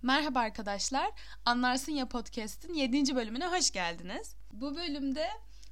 Merhaba arkadaşlar, Anlarsın Ya Podcast'in 7. bölümüne hoş geldiniz. Bu bölümde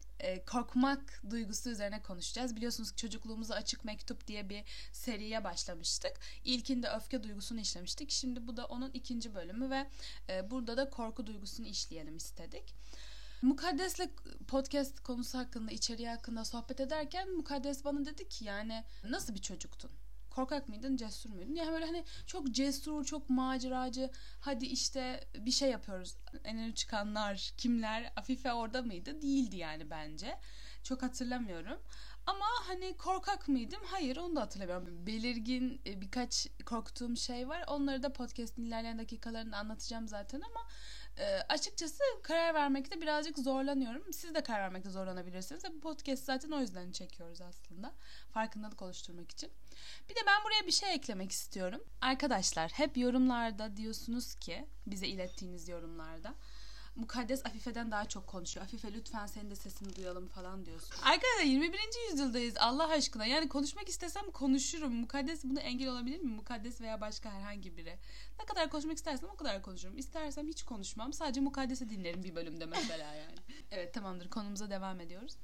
korkmak duygusu üzerine konuşacağız. Biliyorsunuz ki Çocukluğumuza Açık Mektup diye bir seriye başlamıştık. İlkinde öfke duygusunu işlemiştik. Şimdi bu da onun 2. bölümü ve burada da korku duygusunu işleyelim istedik. Mukaddes'le podcast konusu hakkında, içeriği hakkında sohbet ederken Mukaddes bana dedi ki yani nasıl bir çocuktun? Korkak mıydın, cesur muydun? Yani böyle hani çok cesur, çok maceracı. Hadi işte bir şey yapıyoruz. En öne çıkanlar, kimler? Afife orada mıydı? Değildi yani bence. Çok hatırlamıyorum. Ama hani korkak mıydım? Hayır, onu da hatırlamıyorum. Belirgin birkaç korktuğum şey var. Onları da podcast'in ilerleyen dakikalarında anlatacağım zaten ama açıkçası karar vermekte birazcık zorlanıyorum. Siz de karar vermekte zorlanabilirsiniz. Bu podcast zaten o yüzden çekiyoruz aslında. Farkındalık oluşturmak için. Bir de ben buraya bir şey eklemek istiyorum. Arkadaşlar hep yorumlarda diyorsunuz ki, bize ilettiğiniz yorumlarda, Mukaddes Afife'den daha çok konuşuyor. Afife lütfen senin de sesini duyalım falan diyorsun. Arkadaşlar 21. yüzyıldayız Allah aşkına. Yani konuşmak istesem konuşurum. Mukaddes bunu engel olabilir mi? Mukaddes veya başka herhangi biri. Ne kadar konuşmak istersem o kadar konuşurum. İstersem hiç konuşmam. Sadece Mukaddes'i dinlerim bir bölümde mesela yani. Evet, tamamdır, konumuza devam ediyoruz.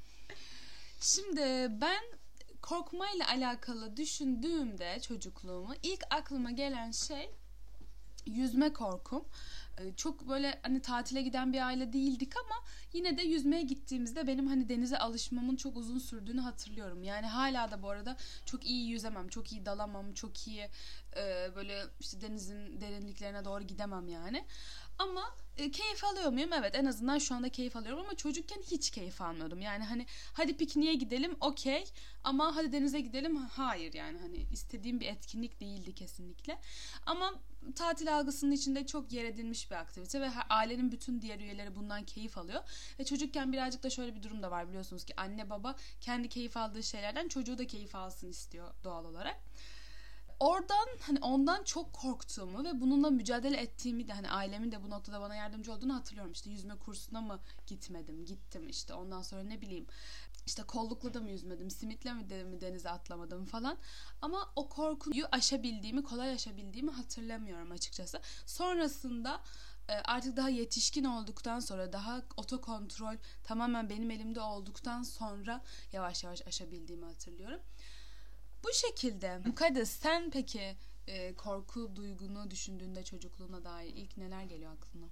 Şimdi ben korkmayla alakalı düşündüğümde çocukluğumu ilk aklıma gelen şey yüzme korkum. Çok böyle hani tatile giden bir aile değildik ama yine de yüzmeye gittiğimizde benim hani denize alışmamın çok uzun sürdüğünü hatırlıyorum. Yani hala da bu arada çok iyi yüzemem, çok iyi dalamam, çok iyi böyle işte denizin derinliklerine doğru gidemem yani. Ama keyif alıyor muyum? Evet, en azından şu anda keyif alıyorum ama çocukken hiç keyif almıyordum. Yani hani hadi pikniğe gidelim okey ama hadi denize gidelim hayır, yani hani istediğim bir etkinlik değildi kesinlikle. Ama tatil algısının içinde çok yer edilmiş bir aktivite ve ailenin bütün diğer üyeleri bundan keyif alıyor. Ve çocukken birazcık da şöyle bir durum da var, biliyorsunuz ki anne baba kendi keyif aldığı şeylerden çocuğu da keyif alsın istiyor doğal olarak. Oradan hani ondan çok korktuğumu ve bununla mücadele ettiğimi de hani ailemin de bu noktada bana yardımcı olduğunu hatırlıyorum. İşte yüzme kursuna mı gitmedim, gittim işte, ondan sonra ne bileyim işte kollukla da mı yüzmedim, simitle mi denize atlamadım falan. Ama o korkuyu aşabildiğimi, kolay aşabildiğimi hatırlamıyorum açıkçası. Sonrasında artık daha yetişkin olduktan sonra, daha otokontrol tamamen benim elimde olduktan sonra yavaş yavaş aşabildiğimi hatırlıyorum. Bu şekilde. Mukaddes, sen peki korku duygunu düşündüğünde çocukluğuna dair ilk neler geliyor aklına?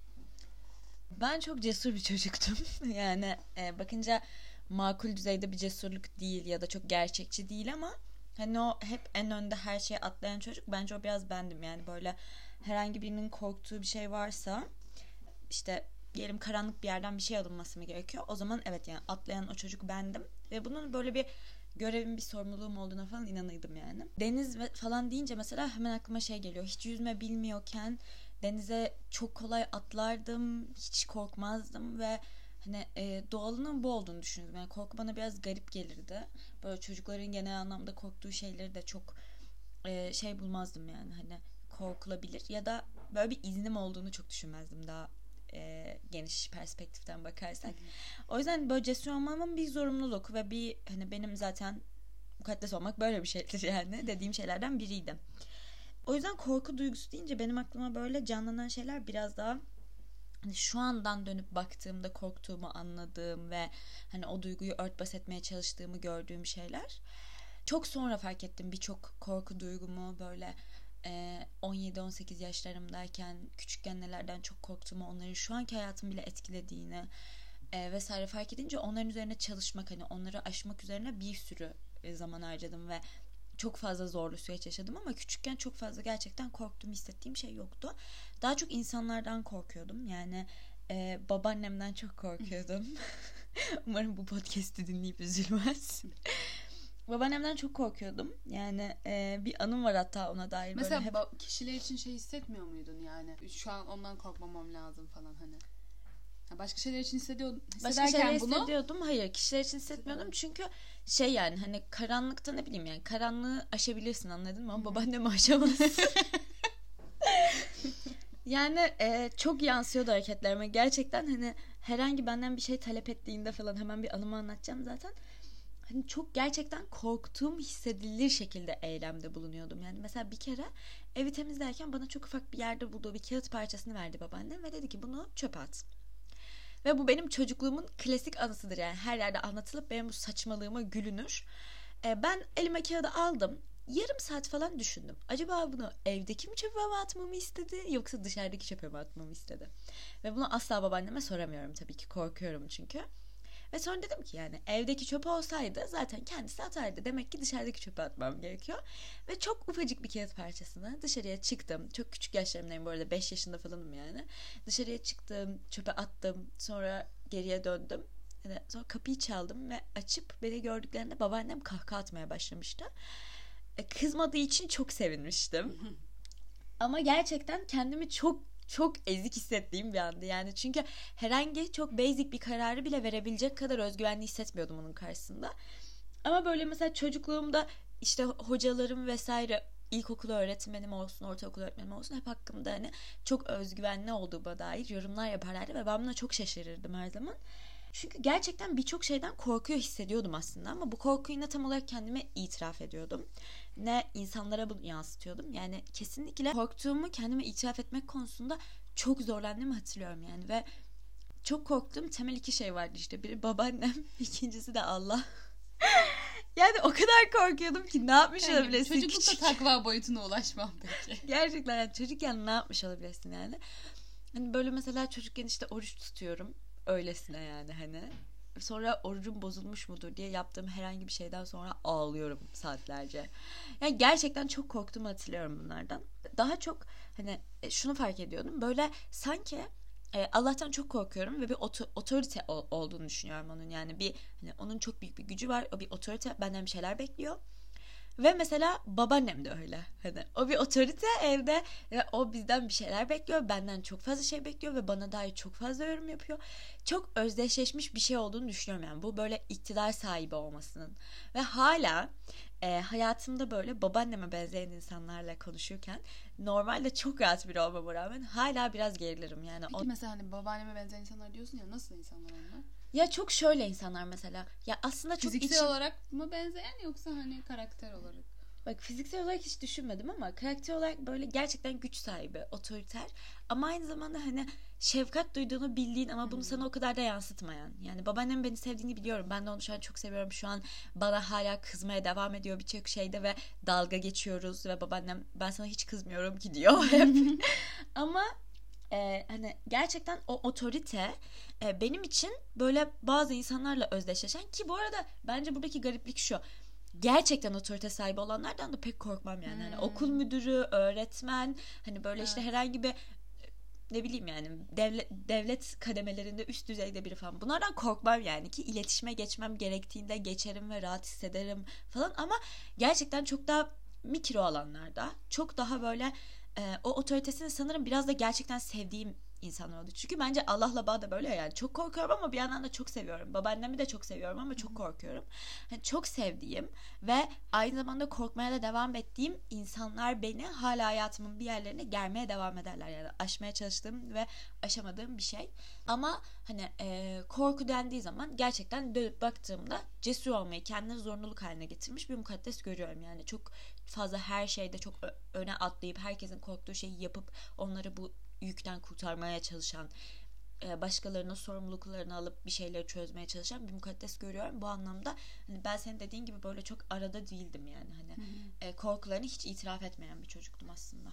Ben çok cesur bir çocuktum. Yani bakınca makul düzeyde bir cesurluk değil ya da çok gerçekçi değil ama hani o hep en önde her şeye atlayan çocuk, bence o biraz bendim. Yani böyle herhangi birinin korktuğu bir şey varsa, işte diyelim karanlık bir yerden bir şey alınması mı gerekiyor, o zaman evet yani atlayan o çocuk bendim ve bunun böyle bir görevim, bir sorumluluğum olduğuna falan inanıyordum yani. Deniz falan deyince mesela hemen aklıma şey geliyor. Hiç yüzme bilmiyorken denize çok kolay atlardım. Hiç korkmazdım ve hani doğalının bu olduğunu düşünüyordum. Yani korku bana biraz garip gelirdi. Böyle çocukların genel anlamda korktuğu şeyleri de çok şey bulmazdım yani. Hani korkulabilir ya da böyle bir iznim olduğunu çok düşünmezdim daha geniş perspektiften bakarsak. O yüzden böyle cesur olmamın bir zorunluluk ve bir hani benim zaten mukaddes olmak böyle bir şeydir yani dediğim şeylerden biriydi. O yüzden korku duygusu deyince benim aklıma böyle canlanan şeyler biraz daha hani şu andan dönüp baktığımda korktuğumu anladığım ve hani o duyguyu örtbas etmeye çalıştığımı gördüğüm şeyler. Çok sonra fark ettim birçok korku duygumu böyle 17-18 yaşlarımdayken küçükken nelerden çok korktuğumu, onların şu anki hayatımı bile etkilediğini vesaire fark edince onların üzerine çalışmak, hani onları aşmak üzerine bir sürü zaman harcadım ve çok fazla zorlu süreç yaşadım ama küçükken çok fazla gerçekten korktuğum, hissettiğim şey yoktu. Daha çok insanlardan korkuyordum. Yani babaannemden çok korkuyordum. Umarım bu podcast'i dinleyip üzülmez. Babaannemden çok korkuyordum. Yani bir anım var hatta ona dair. Mesela böyle hep... kişiler için şey hissetmiyor muydun yani? Şu an ondan korkmamam lazım falan hani. Başka şeyler için Başka şeyler hissediyordum. Hayır, kişiler için hissetmiyordum. Çünkü şey yani hani karanlıkta ne bileyim yani karanlığı aşabilirsin, anladın mı? Ama babaannemi aşamazsın. Yani çok yansıyordu hareketlerime. Gerçekten hani herhangi benden bir şey talep ettiğinde falan, hemen bir anımı anlatacağım zaten. hani çok gerçekten korktuğum hissedilir şekilde eylemde bulunuyordum. Yani mesela bir kere evi temizlerken bana çok ufak bir yerde bulduğu bir kağıt parçasını verdi babaannem ve dedi ki bunu çöpe at. Ve bu benim çocukluğumun klasik anısıdır, yani her yerde anlatılıp benim bu saçmalığıma gülünür. Ben elime kağıdı aldım. Yarım saat falan düşündüm. Acaba bunu evdeki mi çöpe mi atmamı istedi, yoksa dışarıdaki çöpe mi atmamı istedi? Ve bunu asla babaanneme soramıyorum tabii ki, korkuyorum çünkü. Ve sonra dedim ki yani evdeki çöpe olsaydı zaten kendisi atardı. Demek ki dışarıdaki çöpe atmam gerekiyor. Ve çok ufacık bir kağıt parçasını dışarıya çıktım. Çok küçük yaşlarımdayım bu arada, 5 yaşında falanım yani. Dışarıya çıktım, çöpe attım. Sonra geriye döndüm. Yani sonra kapıyı çaldım ve açıp beni gördüklerinde babaannem kahkaha atmaya başlamıştı. Kızmadığı için çok sevinmiştim. Ama gerçekten kendimi çok ezik hissettiğim bir andı yani, çünkü herhangi çok basic bir kararı bile verebilecek kadar özgüvenli hissetmiyordum onun karşısında. Ama böyle mesela çocukluğumda işte hocalarım vesaire, ilkokul öğretmenim olsun, ortaokul öğretmenim olsun, hep hakkımda hani çok özgüvenli olduğuma dair yorumlar yaparlardı ve ben buna çok şaşırırdım her zaman. Çünkü gerçekten birçok şeyden korkuyor hissediyordum aslında, ama bu korkuyu ne tam olarak kendime itiraf ediyordum, ne insanlara bunu yansıtıyordum. Yani kesinlikle korktuğumu kendime itiraf etmek konusunda çok zorlandığımı hatırlıyorum yani. Ve çok korktuğum temel 2 şey vardı işte. Biri babaannem, ikincisi de Allah. Yani o kadar korkuyordum ki, ne yapmış yani olabilirsin? Çocuklukta takva boyutuna ulaşmam peki. Gerçekten yani çocukken ne yapmış olabilirsin yani. Hani böyle mesela çocukken işte oruç tutuyorum. Öylesine yani hani. Sonra orucum bozulmuş mudur diye yaptığım herhangi bir şeyden sonra ağlıyorum saatlerce. Yani gerçekten çok korktuğumu hatırlıyorum bunlardan. Daha çok hani şunu fark ediyordum. Böyle sanki Allah'tan çok korkuyorum ve bir otorite olduğunu düşünüyorum onun. Yani bir hani onun çok büyük bir gücü var. O bir otorite, benden bir şeyler bekliyor. Ve mesela babaannem de öyle. Hani o bir otorite evde ve o bizden bir şeyler bekliyor. Benden çok fazla şey bekliyor ve bana dair çok fazla yorum yapıyor. Çok özdeşleşmiş bir şey olduğunu düşünüyorum yani. Bu böyle iktidar sahibi olmasının. Ve hala hayatımda böyle babaanneme benzeyen insanlarla konuşurken normalde çok rahat biri olmama rağmen hala biraz gerilirim yani. Peki mesela hani babaanneme benzeyen insanlar diyorsun ya, nasıl insanlar onlar? Ya çok şöyle insanlar mesela. Ya aslında çok fiziksel olarak mı benzeyen, yoksa hani karakter olarak? Bak, fiziksel olarak hiç düşünmedim ama karakter olarak böyle gerçekten güç sahibi, otoriter, ama aynı zamanda hani şefkat duyduğunu bildiğin ama bunu sana o kadar da yansıtmayan. Yani babaannem beni sevdiğini biliyorum. Ben de onu şu an çok seviyorum. Şu an bana hala kızmaya devam ediyor birçok şeyde ve dalga geçiyoruz ve babaannem ben sana hiç kızmıyorum ki diyor hep. Ama hani gerçekten o otorite benim için böyle bazı insanlarla özdeşleşen, ki bu arada bence buradaki gariplik şu: gerçekten otorite sahibi olanlardan da pek korkmam yani. Hani okul müdürü, öğretmen, hani böyle işte herhangi bir ne bileyim yani devlet kademelerinde üst düzeyde biri falan, bunlardan korkmam yani, ki iletişime geçmem gerektiğinde geçerim ve rahat hissederim falan. Ama gerçekten çok daha mikro alanlarda çok daha böyle o otoritesini sanırım biraz da gerçekten sevdiğim insanlar oldu. Çünkü bence Allah'la bağ da böyle yani. Çok korkuyorum ama bir yandan da çok seviyorum. Babaannemi de çok seviyorum ama çok korkuyorum. Yani çok sevdiğim ve aynı zamanda korkmaya da devam ettiğim insanlar beni hala hayatımın bir yerlerine germeye devam ederler. Yani aşmaya çalıştığım ve aşamadığım bir şey. Ama hani korku dendiği zaman gerçekten dönüp baktığımda cesur olmayı kendine zorunluluk haline getirmiş bir mukaddes görüyorum. Yani çok fazla her şeyde çok öne atlayıp herkesin korktuğu şeyi yapıp onları bu yükten kurtarmaya çalışan, başkalarının sorumluluklarını alıp bir şeyleri çözmeye çalışan bir mukaddes görüyorum. Bu anlamda hani ben senin dediğin gibi böyle çok arada değildim yani, hani korkularını hiç itiraf etmeyen bir çocuktum aslında.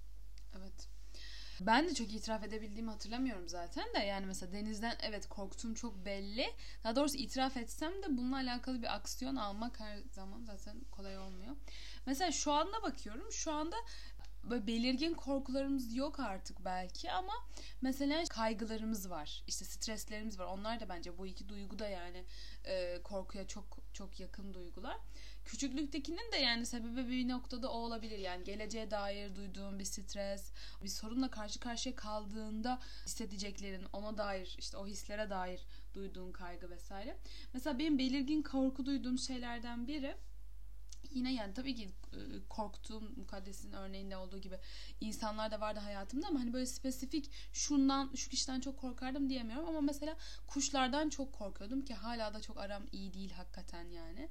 Evet. Ben de çok itiraf edebildiğimi hatırlamıyorum zaten de, yani mesela Deniz'den evet korktuğum çok belli. Daha doğrusu itiraf etsem de bununla alakalı bir aksiyon almak her zaman zaten kolay olmuyor. Mesela şu anda bakıyorum, şu anda böyle belirgin korkularımız yok artık belki, ama mesela kaygılarımız var, işte streslerimiz var. Onlar da bence, bu iki duygu da yani korkuya çok çok yakın duygular. Küçüklüktekinin de yani sebebi bir noktada o olabilir. Yani geleceğe dair duyduğun bir stres, bir sorunla karşı karşıya kaldığında hissedeceklerin, ona dair, işte o hislere dair duyduğun kaygı vesaire. Mesela benim belirgin korku duyduğum şeylerden biri, Yine yani tabii ki korktuğum, Mukaddes'in örneğinde olduğu gibi insanlar da vardı hayatımda ama hani böyle spesifik şundan, şu kişiden çok korkardım diyemiyorum ama mesela kuşlardan çok korkuyordum ki hala da çok aram iyi değil hakikaten yani.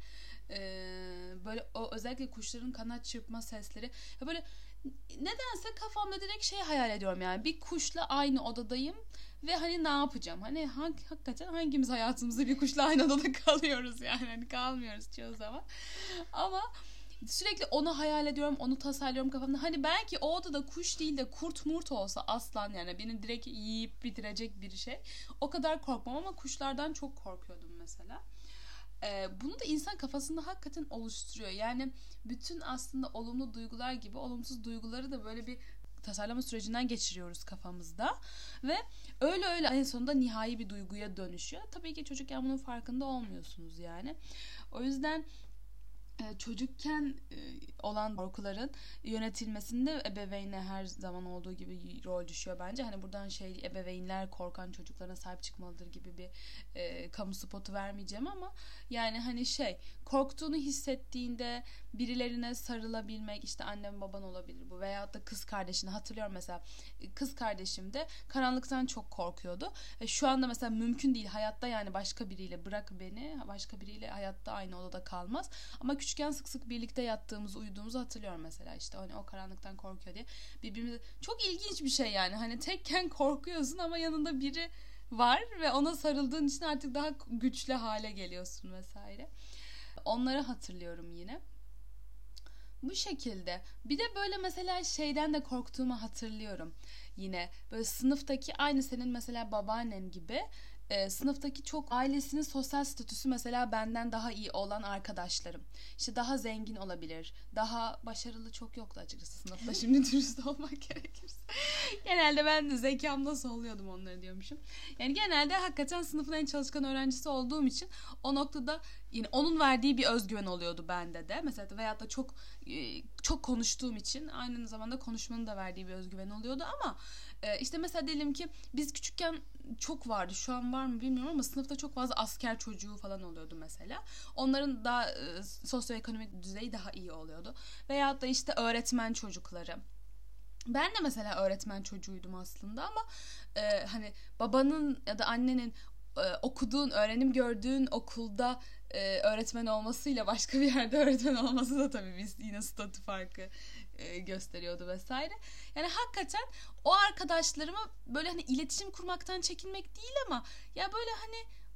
Böyle o özellikle kuşların kanat çırpma sesleri ya, böyle nedense kafamda direkt şey hayal ediyorum yani, bir kuşla aynı odadayım ve hani ne yapacağım? Hani hakikaten hangimiz hayatımızda bir kuşla aynı odada kalıyoruz yani, hani kalmıyoruz çoğu zaman. Ama sürekli onu hayal ediyorum, onu tasarlıyorum kafamda. Hani belki o odada kuş değil de kurt murt olsa, aslan, yani beni direkt yiyip bitirecek bir şey. O kadar korkmam ama kuşlardan çok korkuyordum mesela. Bunu da insan kafasında hakikaten oluşturuyor. Yani bütün aslında olumlu duygular gibi olumsuz duyguları da böyle bir tasarlama sürecinden geçiriyoruz kafamızda ve öyle en sonunda nihai bir duyguya dönüşüyor. Tabii ki çocukken bunun farkında olmuyorsunuz yani. O yüzden çocukken olan korkuların yönetilmesinde ebeveyne her zaman olduğu gibi rol düşüyor bence. Hani buradan ebeveynler korkan çocuklarına sahip çıkmalıdır gibi bir kamu spotu vermeyeceğim ama yani hani korktuğunu hissettiğinde birilerine sarılabilmek, işte annem baban olabilir bu veyahut da kız kardeşini hatırlıyorum mesela, kız kardeşim de karanlıktan çok korkuyordu. Şu anda mesela mümkün değil hayatta, yani başka biriyle, bırak beni, başka biriyle hayatta aynı odada kalmaz ama küçükken sık sık birlikte yattığımızı, uyuduğumuzu hatırlıyorum mesela, işte hani o karanlıktan korkuyor diye birbirimize, çok ilginç bir şey yani, hani tekken korkuyorsun ama yanında biri var ve ona sarıldığın için artık daha güçlü hale geliyorsun vesaire. Onları hatırlıyorum yine. Bu şekilde. Bir de böyle mesela şeyden de korktuğumu hatırlıyorum. Yine böyle sınıftaki, aynı senin mesela babaannen gibi, sınıftaki çok ailesinin sosyal statüsü mesela benden daha iyi olan arkadaşlarım. İşte daha zengin olabilir. Daha başarılı çok yoktu açıkçası sınıfta. Şimdi dürüst olmak gerekirse. Genelde ben zekamda solluyordum onları diyormuşum. Yani genelde hakikaten sınıfın en çalışkan öğrencisi olduğum için o noktada yine onun verdiği bir özgüven oluyordu bende de. Mesela veyahut da çok konuştuğum için aynı zamanda konuşmanın da verdiği bir özgüven oluyordu ama işte mesela diyelim ki biz küçükken çok vardı, şu an var mı bilmiyorum ama sınıfta çok fazla asker çocuğu falan oluyordu mesela. Onların da sosyoekonomik düzeyi daha iyi oluyordu. Veyahut da işte öğretmen çocukları. Ben de mesela öğretmen çocuğuydum aslında ama hani babanın ya da annenin okuduğun, öğrenim gördüğün okulda öğretmen olmasıyla başka bir yerde öğretmen olması da tabii biz yine statü farkı gösteriyordu vesaire. Yani hakikaten o arkadaşlarıma böyle hani iletişim kurmaktan çekinmek değil ama ya böyle hani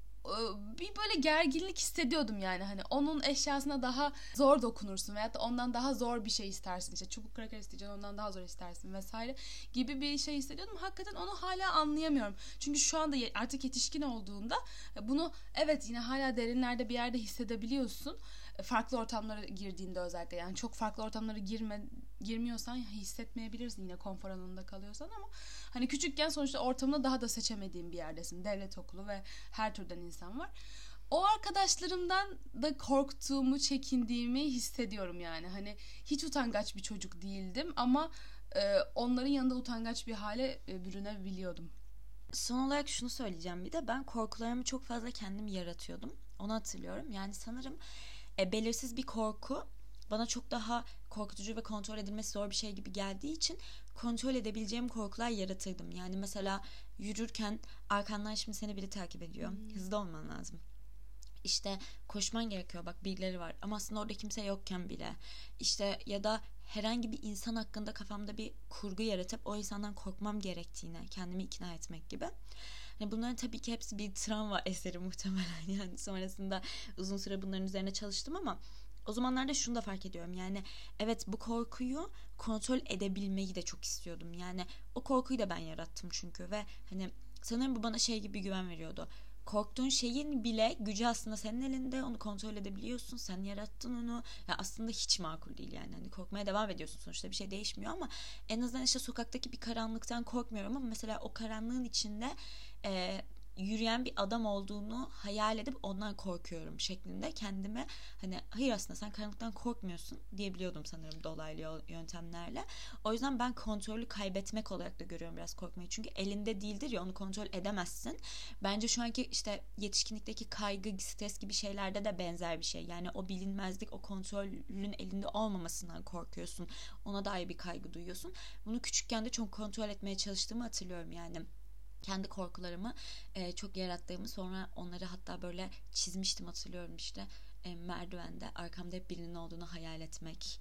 bir böyle gerginlik hissediyordum yani, hani onun eşyasına daha zor dokunursun veyahut da ondan daha zor bir şey istersin, işte çubuk kraker isteyeceksin ondan daha zor istersin vesaire gibi bir şey hissediyordum. Hakikaten onu hala anlayamıyorum çünkü şu anda artık yetişkin olduğunda bunu evet yine hala derinlerde bir yerde hissedebiliyorsun, farklı ortamlara girdiğinde özellikle, yani çok farklı ortamlara girmiyorsan hissetmeyebilirsin yine konfor alanında kalıyorsan ama hani küçükken sonuçta ortamını daha da seçemediğin bir yerdesin, devlet okulu ve her türden insan var. O arkadaşlarımdan da korktuğumu, çekindiğimi hissediyorum yani, hani hiç utangaç bir çocuk değildim ama onların yanında utangaç bir hale bürünebiliyordum. Son olarak şunu söyleyeceğim, bir de ben korkularımı çok fazla kendim yaratıyordum, onu hatırlıyorum. Yani sanırım belirsiz bir korku bana çok daha korkutucu ve kontrol edilmesi zor bir şey gibi geldiği için kontrol edebileceğim korkular yaratırdım. Yani mesela yürürken arkandan şimdi seni biri takip ediyor. Hızlı olman lazım. İşte koşman gerekiyor, bak birileri var ama aslında orada kimse yokken bile. İşte ya da herhangi bir insan hakkında kafamda bir kurgu yaratıp o insandan korkmam gerektiğine kendimi ikna etmek gibi. Yani bunların tabii ki hepsi bir travma eseri muhtemelen. Yani sonrasında uzun süre bunların üzerine çalıştım ama o zamanlarda şunu da fark ediyorum. Yani evet, bu korkuyu kontrol edebilmeyi de çok istiyordum. Yani o korkuyu da ben yarattım çünkü ve hani sanırım bu bana şey gibi bir güven veriyordu. Korktuğun şeyin bile gücü aslında senin elinde. Onu kontrol edebiliyorsun. Sen yarattın onu. Ya aslında hiç makul değil yani. Hani korkmaya devam ediyorsun. Sonuçta bir şey değişmiyor ama en azından işte sokaktaki bir karanlıktan korkmuyorum ama mesela o karanlığın içinde yürüyen bir adam olduğunu hayal edip ondan korkuyorum şeklinde kendime hani hayır aslında sen karanlıktan korkmuyorsun diyebiliyordum sanırım dolaylı yöntemlerle. O yüzden ben kontrolü kaybetmek olarak da görüyorum biraz korkmayı. Çünkü elinde değildir ya, onu kontrol edemezsin. Bence şu anki işte yetişkinlikteki kaygı, stres gibi şeylerde de benzer bir şey. Yani o bilinmezlik, o kontrolün elinde olmamasından korkuyorsun. Ona dair bir kaygı duyuyorsun. Bunu küçükken de çok kontrol etmeye çalıştığımı hatırlıyorum yani. Kendi korkularımı çok yarattığımı, sonra onları hatta böyle çizmiştim hatırlıyorum işte. Merdivende arkamda hep birinin olduğunu hayal etmek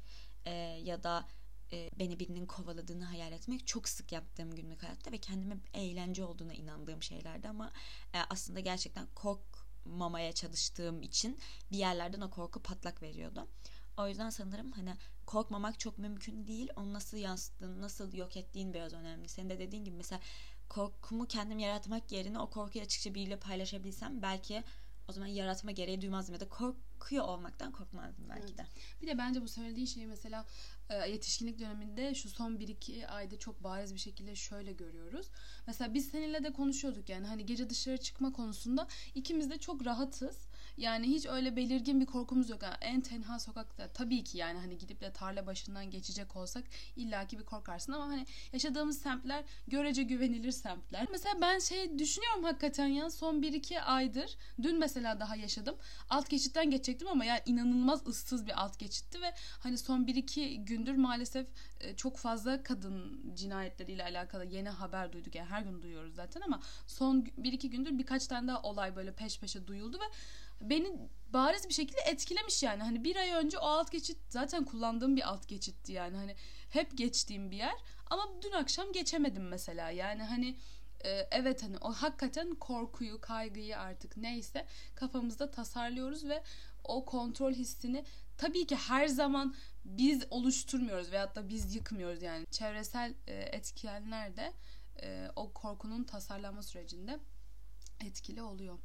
ya da beni birinin kovaladığını hayal etmek çok sık yaptığım günlük hayatta ve kendime eğlence olduğuna inandığım şeylerdi ama aslında gerçekten korkmamaya çalıştığım için bir yerlerden o korku patlak veriyordu. O yüzden sanırım hani korkmamak çok mümkün değil. Onu nasıl yansıttığın, nasıl yok ettiğin biraz önemli. Senin de dediğin gibi mesela korkumu kendim yaratmak yerine o korkuyu açıkça biriyle paylaşabilsem belki o zaman yaratma gereği duymazdım ya da korkuyor olmaktan korkmazdım belki de. Bir de bence bu söylediğin şeyi mesela yetişkinlik döneminde şu son 1-2 ayda çok bariz bir şekilde şöyle görüyoruz. Mesela biz seninle de konuşuyorduk yani hani gece dışarı çıkma konusunda ikimiz de çok rahatız. Yani hiç öyle belirgin bir korkumuz yok. Yani en tenha sokakta tabii ki yani hani gidip de tarla başından geçecek olsak illaki bir korkarsın ama hani yaşadığımız semtler görece güvenilir semtler. Mesela ben düşünüyorum hakikaten ya son 1-2 aydır dün mesela daha yaşadım. Alt geçitten geçecektim ama yani inanılmaz ıssız bir alt geçitti ve hani son 1-2 gündür maalesef çok fazla kadın cinayetleriyle alakalı yeni haber duyduk. Yani her gün duyuyoruz zaten ama son 1-2 gündür birkaç tane daha olay böyle peş peşe duyuldu ve beni bariz bir şekilde etkilemiş yani. Hani bir ay önce o alt geçit zaten kullandığım bir alt geçitti yani. Hani hep geçtiğim bir yer ama dün akşam geçemedim mesela. Yani hani evet hani o hakikaten korkuyu, kaygıyı artık neyse kafamızda tasarlıyoruz ve o kontrol hissini tabii ki her zaman biz oluşturmuyoruz veyahut da biz yıkmıyoruz yani. Çevresel etkenler de o korkunun tasarlanma sürecinde etkili oluyor.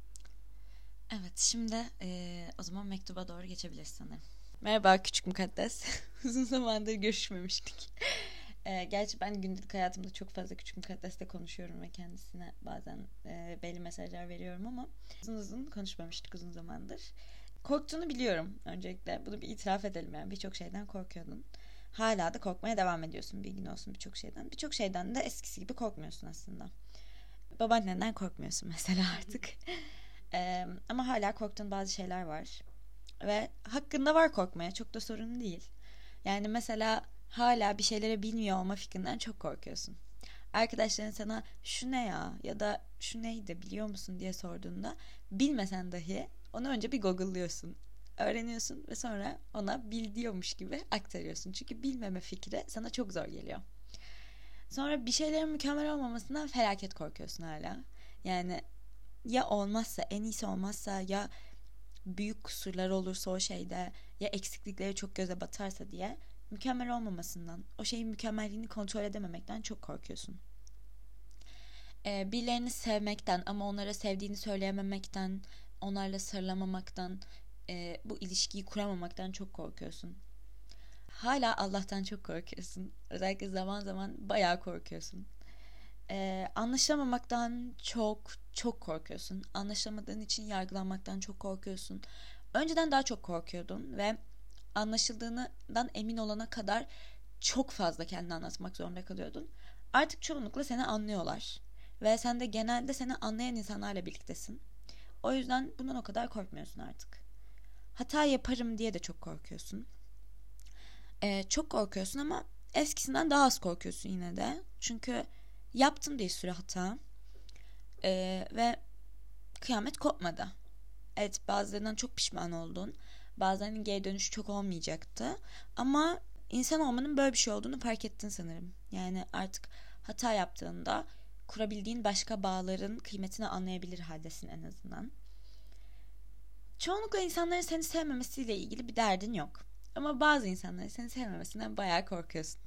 Evet, şimdi o zaman mektuba doğru geçebiliriz sanırım. Merhaba küçük mukaddes. Uzun zamandır görüşmemiştik. Gerçi ben günlük hayatımda çok fazla küçük mukaddesle konuşuyorum ve kendisine bazen belli mesajlar veriyorum ama uzun konuşmamıştık uzun zamandır. Korktuğunu biliyorum öncelikle. Bunu bir itiraf edelim yani. Birçok şeyden korkuyordun. Hala da korkmaya devam ediyorsun, bilgin olsun birçok şeyden. Birçok şeyden de eskisi gibi korkmuyorsun aslında. Babaannenden korkmuyorsun mesela artık. Ama hala korktuğun bazı şeyler var. Ve hakkında var korkmaya. Çok da sorun değil. Yani mesela hala bir şeyleri bilmiyor olma fikrinden çok korkuyorsun. Arkadaşların sana şu ne ya da şu neydi biliyor musun diye sorduğunda bilmesen dahi onu önce bir google'lıyorsun. Öğreniyorsun ve sonra ona biliyormuş gibi aktarıyorsun. Çünkü bilmeme fikri sana çok zor geliyor. Sonra bir şeylerin mükemmel olmamasından felaket korkuyorsun hala. Yani ya olmazsa, en iyisi olmazsa, ya büyük kusurlar olursa o şeyde, ya eksiklikleri çok göze batarsa diye mükemmel olmamasından, o şeyin mükemmelliğini kontrol edememekten çok korkuyorsun. Birilerini sevmekten ama onlara sevdiğini söyleyememekten, onlarla sarılamamaktan, bu ilişkiyi kuramamaktan çok korkuyorsun. Hala Allah'tan çok korkuyorsun. Özellikle zaman zaman bayağı korkuyorsun. Anlaşılamamaktan çok korkuyorsun. Anlaşılamadığın için yargılanmaktan çok korkuyorsun. Önceden daha çok korkuyordun ve anlaşıldığından emin olana kadar çok fazla kendini anlatmak zorunda kalıyordun. Artık çoğunlukla seni anlıyorlar. Ve sen de genelde seni anlayan insanlarla birliktesin. O yüzden bundan o kadar korkmuyorsun artık. Hata yaparım diye de çok korkuyorsun. Çok korkuyorsun ama eskisinden daha az korkuyorsun yine de. Çünkü yaptın bir sürü hata. Ve kıyamet kopmadı. Evet, bazılarından çok pişman oldun. Bazılarının geri dönüşü çok olmayacaktı. Ama insan olmanın böyle bir şey olduğunu fark ettin sanırım. Yani artık hata yaptığında kurabildiğin başka bağların kıymetini anlayabilir haldesin en azından. Çoğunlukla insanların seni sevmemesiyle ilgili bir derdin yok. Ama bazı insanların seni sevmemesinden bayağı korkuyorsun.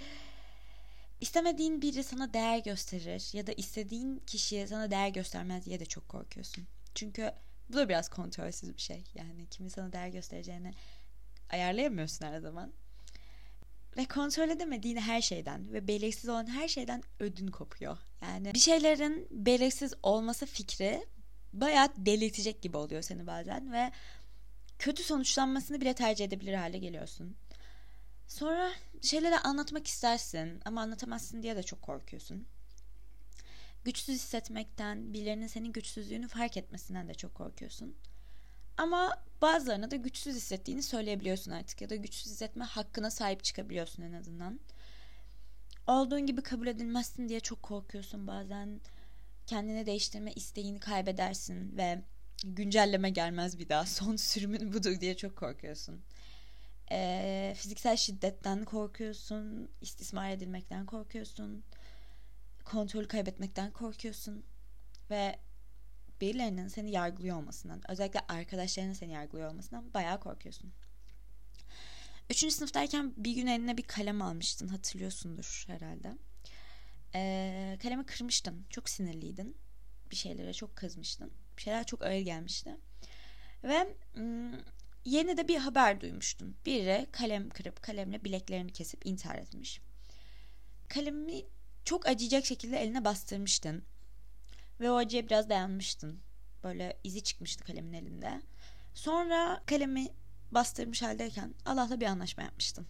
İstemediğin biri sana değer gösterir ya da istediğin kişiye sana değer göstermez diye de çok korkuyorsun. Çünkü bu da biraz kontrolsüz bir şey. Yani kimin sana değer göstereceğini ayarlayamıyorsun her zaman. Ve kontrol edemediğin her şeyden ve belirsiz olan her şeyden ödün kopuyor. Yani bir şeylerin belirsiz olması fikri bayağı delirtecek gibi oluyor seni bazen ve kötü sonuçlanmasını bile tercih edebilir hale geliyorsun. Sonra şeyleri anlatmak istersin ama anlatamazsın diye de çok korkuyorsun. Güçsüz hissetmekten, birilerinin senin güçsüzlüğünü fark etmesinden de çok korkuyorsun. Ama bazılarına da güçsüz hissettiğini söyleyebiliyorsun artık ya da güçsüz hissetme hakkına sahip çıkabiliyorsun en azından. Olduğun gibi kabul edilmezsin diye çok korkuyorsun bazen. Kendini değiştirme isteğini kaybedersin ve güncelleme gelmez bir daha. Son sürümün budur diye çok korkuyorsun. Fiziksel şiddetten korkuyorsun, istismar edilmekten korkuyorsun, kontrolü kaybetmekten korkuyorsun ve birilerinin seni yargılıyor olmasından, özellikle arkadaşlarının seni yargılıyor olmasından bayağı korkuyorsun. 3. sınıftayken bir gün eline bir kalem almıştın, hatırlıyorsundur herhalde. Kalemi kırmıştın, çok sinirliydin, bir şeylere çok kızmıştın, bir şeyler çok ağır gelmişti ve yeni de bir haber duymuştun. Biri kalem kırıp kalemle bileklerini kesip intihar etmiş. Kalemi çok acıyacak şekilde eline bastırmıştın. Ve o acıya biraz dayanmıştın. Böyle izi çıkmıştı kalemin elinde. Sonra kalemi bastırmış haldeyken Allah'la bir anlaşma yapmıştın.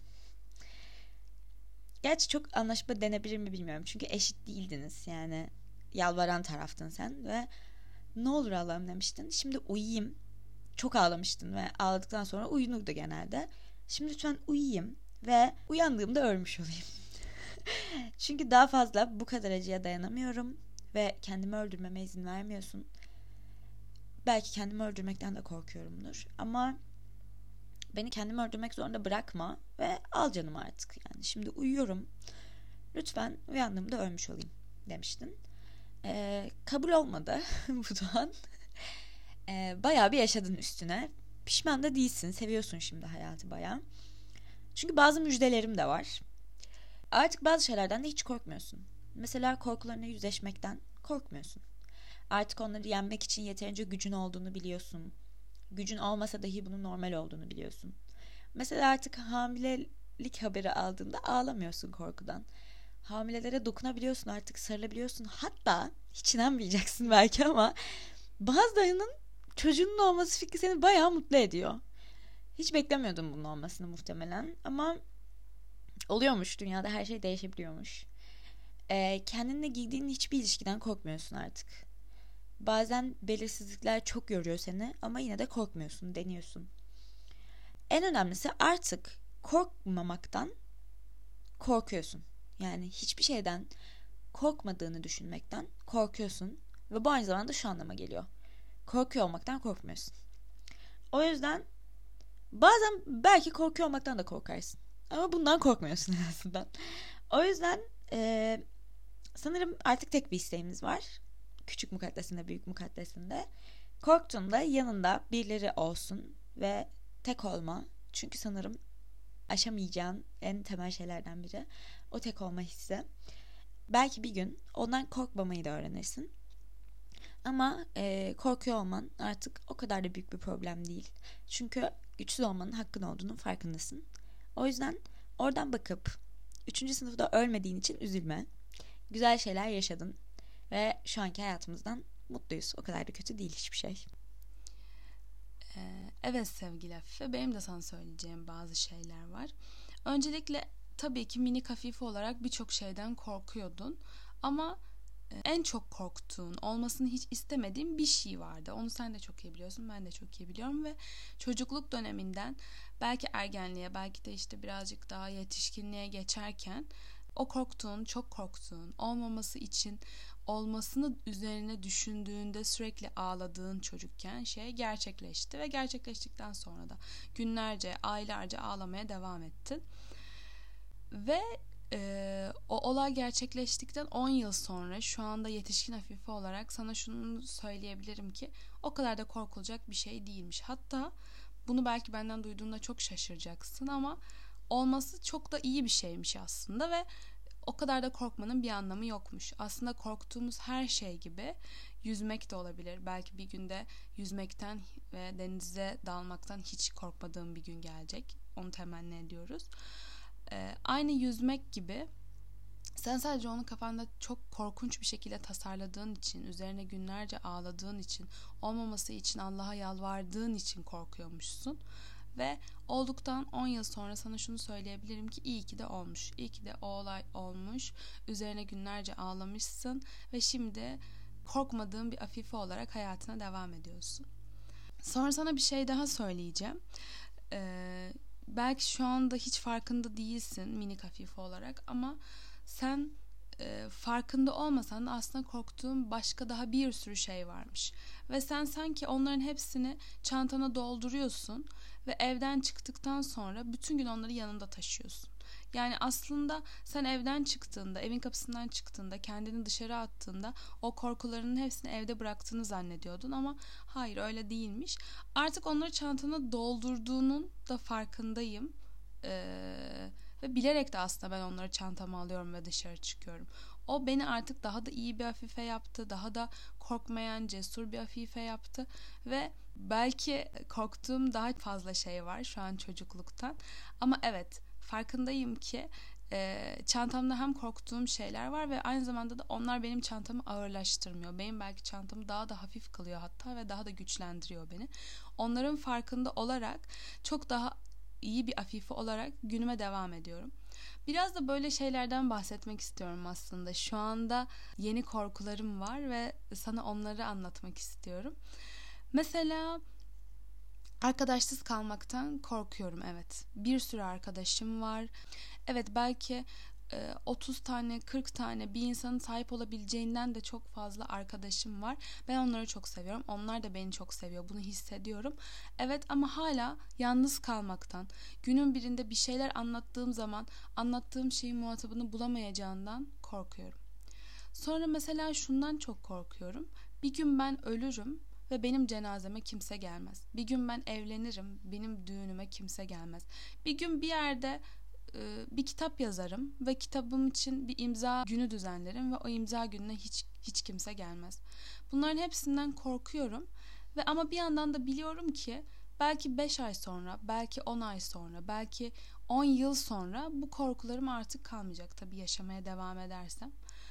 Gerçi çok anlaşma denebilir mi bilmiyorum. Çünkü eşit değildiniz. Yani yalvaran taraftın sen ve ne olur Allah'ım demiştin. Şimdi uyuyayım. Çok ağlamıştın ve ağladıktan sonra uyunurdu genelde. Şimdi lütfen uyuyayım ve uyandığımda ölmüş olayım. Çünkü daha fazla bu kadar acıya dayanamıyorum ve kendimi öldürmeme izin vermiyorsun. Belki kendimi öldürmekten de korkuyorumdur ama beni kendimi öldürmek zorunda bırakma ve al canımı artık. Yani şimdi uyuyorum. Lütfen uyandığımda ölmüş olayım demiştin. Kabul olmadı bu da. Bayağı bir yaşadın üstüne. Pişman da değilsin. Seviyorsun şimdi hayatı bayağı. Çünkü bazı müjdelerim de var. Artık bazı şeylerden de hiç korkmuyorsun. Mesela korkularına yüzleşmekten korkmuyorsun. Artık onları yenmek için yeterince gücün olduğunu biliyorsun. Gücün olmasa dahi bunun normal olduğunu biliyorsun. Mesela artık hamilelik haberi aldığında ağlamıyorsun korkudan. Hamilelere dokunabiliyorsun, artık sarılabiliyorsun. Hatta hiç inanmayacaksın belki ama bazılarının çocuğunun olması fikri seni bayağı mutlu ediyor. Hiç beklemiyordum bunun olmasını muhtemelen ama oluyormuş, dünyada her şey değişebiliyormuş. Kendinle girdiğin hiçbir ilişkiden korkmuyorsun artık. Bazen belirsizlikler çok yoruyor seni ama yine de korkmuyorsun, deniyorsun. En önemlisi artık korkmamaktan korkuyorsun. Yani hiçbir şeyden korkmadığını düşünmekten korkuyorsun ve bu aynı zamanda şu anlama geliyor. Korkuyor olmaktan korkmuyorsun. O yüzden bazen belki korkuyor olmaktan da korkarsın. Ama bundan korkmuyorsun en azından. O yüzden sanırım artık tek bir isteğimiz var. Küçük mukaddesinde, büyük mukaddesinde. Korktuğunda yanında birileri olsun ve tek olma. Çünkü sanırım aşamayacağın en temel şeylerden biri o tek olma hissi. Belki bir gün ondan korkmamayı da öğrenirsin. Ama korkuyor olman artık o kadar da büyük bir problem değil. Çünkü güçsüz olmanın hakkın olduğunun farkındasın. O yüzden oradan bakıp 3. sınıfta ölmediğin için üzülme. Güzel şeyler yaşadın ve şu anki hayatımızdan mutluyuz. O kadar da kötü değil hiçbir şey. Evet sevgili Afife, benim de sana söyleyeceğim bazı şeyler var. Öncelikle tabii ki minik Afife olarak birçok şeyden korkuyordun ama en çok korktuğun, olmasını hiç istemediğin bir şey vardı. Onu sen de çok iyi biliyorsun, ben de çok iyi biliyorum ve çocukluk döneminden belki ergenliğe, belki de işte birazcık daha yetişkinliğe geçerken o korktuğun, çok korktuğun, olmaması için olmasını üzerine düşündüğünde sürekli ağladığın çocukken şey gerçekleşti ve gerçekleştikten sonra da günlerce, aylarca ağlamaya devam ettin. Ve o olay gerçekleştikten 10 yıl sonra şu anda yetişkin Afife olarak sana şunu söyleyebilirim ki o kadar da korkulacak bir şey değilmiş. Hatta bunu belki benden duyduğunda çok şaşıracaksın ama olması çok da iyi bir şeymiş aslında ve o kadar da korkmanın bir anlamı yokmuş. Aslında korktuğumuz her şey gibi yüzmek de olabilir. Belki bir günde yüzmekten ve denize dalmaktan hiç korkmadığım bir gün gelecek. Onu temenni ediyoruz. Aynı yüzmek gibi, sen sadece onu kafanda çok korkunç bir şekilde tasarladığın için, üzerine günlerce ağladığın için, olmaması için Allah'a yalvardığın için korkuyormuşsun. Ve olduktan 10 yıl sonra sana şunu söyleyebilirim ki iyi ki de olmuş. İyi ki de o olay olmuş. Üzerine günlerce ağlamışsın ve şimdi korkmadığın bir Afife olarak hayatına devam ediyorsun. Sonra sana bir şey daha söyleyeceğim. Belki şu anda hiç farkında değilsin minik Afife olarak, ama sen farkında olmasan da aslında korktuğun başka daha bir sürü şey varmış. Ve sen sanki onların hepsini çantana dolduruyorsun ve evden çıktıktan sonra bütün gün onları yanında taşıyorsun. Yani aslında sen evden çıktığında, evin kapısından çıktığında, kendini dışarı attığında o korkularının hepsini evde bıraktığını zannediyordun, ama hayır, öyle değilmiş. Artık onları çantana doldurduğunun da farkındayım. Ve bilerek de aslında ben onları çantama alıyorum ve dışarı çıkıyorum. O beni artık daha da iyi bir Afife yaptı. Daha da korkmayan, cesur bir Afife yaptı. Ve belki korktuğum daha fazla şey var şu an çocukluktan. Ama evet, farkındayım ki çantamda hem korktuğum şeyler var ve aynı zamanda da onlar benim çantamı ağırlaştırmıyor. Benim belki çantamı daha da hafif kılıyor hatta ve daha da güçlendiriyor beni. Onların farkında olarak çok daha iyi bir Afife olarak günüme devam ediyorum. Biraz da böyle şeylerden bahsetmek istiyorum aslında. Şu anda yeni korkularım var ve sana onları anlatmak istiyorum. Mesela arkadaşsız kalmaktan korkuyorum, evet. Bir sürü arkadaşım var. Evet, belki 30 tane 40 tane bir insanın sahip olabileceğinden de çok fazla arkadaşım var. Ben onları çok seviyorum. Onlar da beni çok seviyor. Bunu hissediyorum. Evet, ama hala yalnız kalmaktan, günün birinde bir şeyler anlattığım zaman anlattığım şeyin muhatabını bulamayacağından korkuyorum. Sonra mesela şundan çok korkuyorum. Bir gün ben ölürüm ve benim cenazeme kimse gelmez. Bir gün ben evlenirim, benim düğünüme kimse gelmez. Bir gün bir yerde bir kitap yazarım ve kitabım için bir imza günü düzenlerim ve o imza gününe hiç kimse gelmez. Bunların hepsinden korkuyorum ve ama bir yandan da biliyorum ki belki 5 ay sonra, belki 10 ay sonra, belki 10 yıl sonra bu korkularım artık kalmayacak, tabii yaşamaya devam edersem.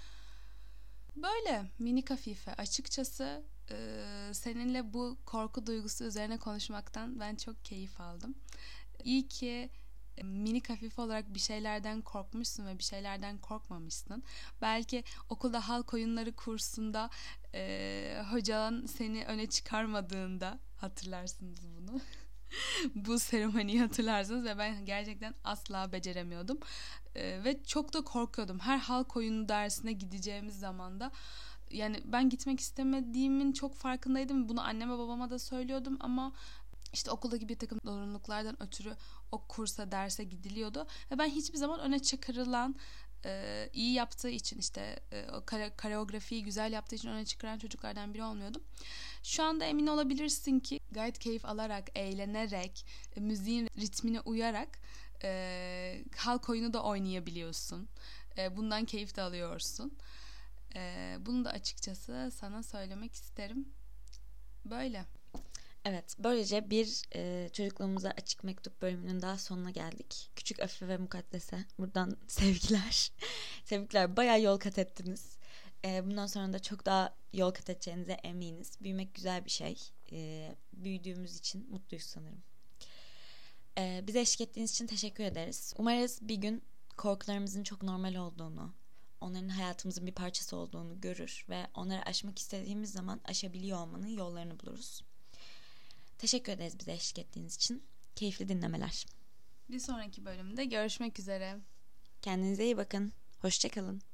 Böyle minik Afife, açıkçası seninle bu korku duygusu üzerine konuşmaktan ben çok keyif aldım. İyi ki minik Afife olarak bir şeylerden korkmuşsun ve bir şeylerden korkmamışsın. Belki okulda halk oyunları kursunda hocan seni öne çıkarmadığında hatırlarsınız bunu. Bu seremoniyi hatırlarsınız ve ben gerçekten asla beceremiyordum. Ve çok da korkuyordum. Her halk oyunu dersine gideceğimiz zaman da, yani ben gitmek istemediğimin çok farkındaydım. Bunu anneme babama da söylüyordum ama İşte okuldaki bir takım zorunluluklardan ötürü o kursa, derse gidiliyordu. Ve ben hiçbir zaman öne çıkarılan, iyi yaptığı için, işte o koreografiyi güzel yaptığı için öne çıkaran çocuklardan biri olmuyordum. Şu anda emin olabilirsin ki gayet keyif alarak, eğlenerek, müziğin ritmine uyarak halk oyunu da oynayabiliyorsun. Bundan keyif de alıyorsun. Bunu da açıkçası sana söylemek isterim. Böyle. Evet, böylece bir çocukluğumuza açık mektup bölümünün daha sonuna geldik. Küçük Afife ve Mukaddes'e buradan sevgiler. Tebrikler, bayağı yol kat ettiniz. Bundan sonra da çok daha yol kat edeceğinize eminiz. Büyümek güzel bir şey. Büyüdüğümüz için mutluyuz sanırım. Bize eşlik ettiğiniz için teşekkür ederiz. Umarız bir gün korkularımızın çok normal olduğunu, onların hayatımızın bir parçası olduğunu görür ve onları aşmak istediğimiz zaman aşabiliyor olmanın yollarını buluruz. Teşekkür ederiz bize eşlik ettiğiniz için. Keyifli dinlemeler. Bir sonraki bölümde görüşmek üzere. Kendinize iyi bakın. Hoşça kalın.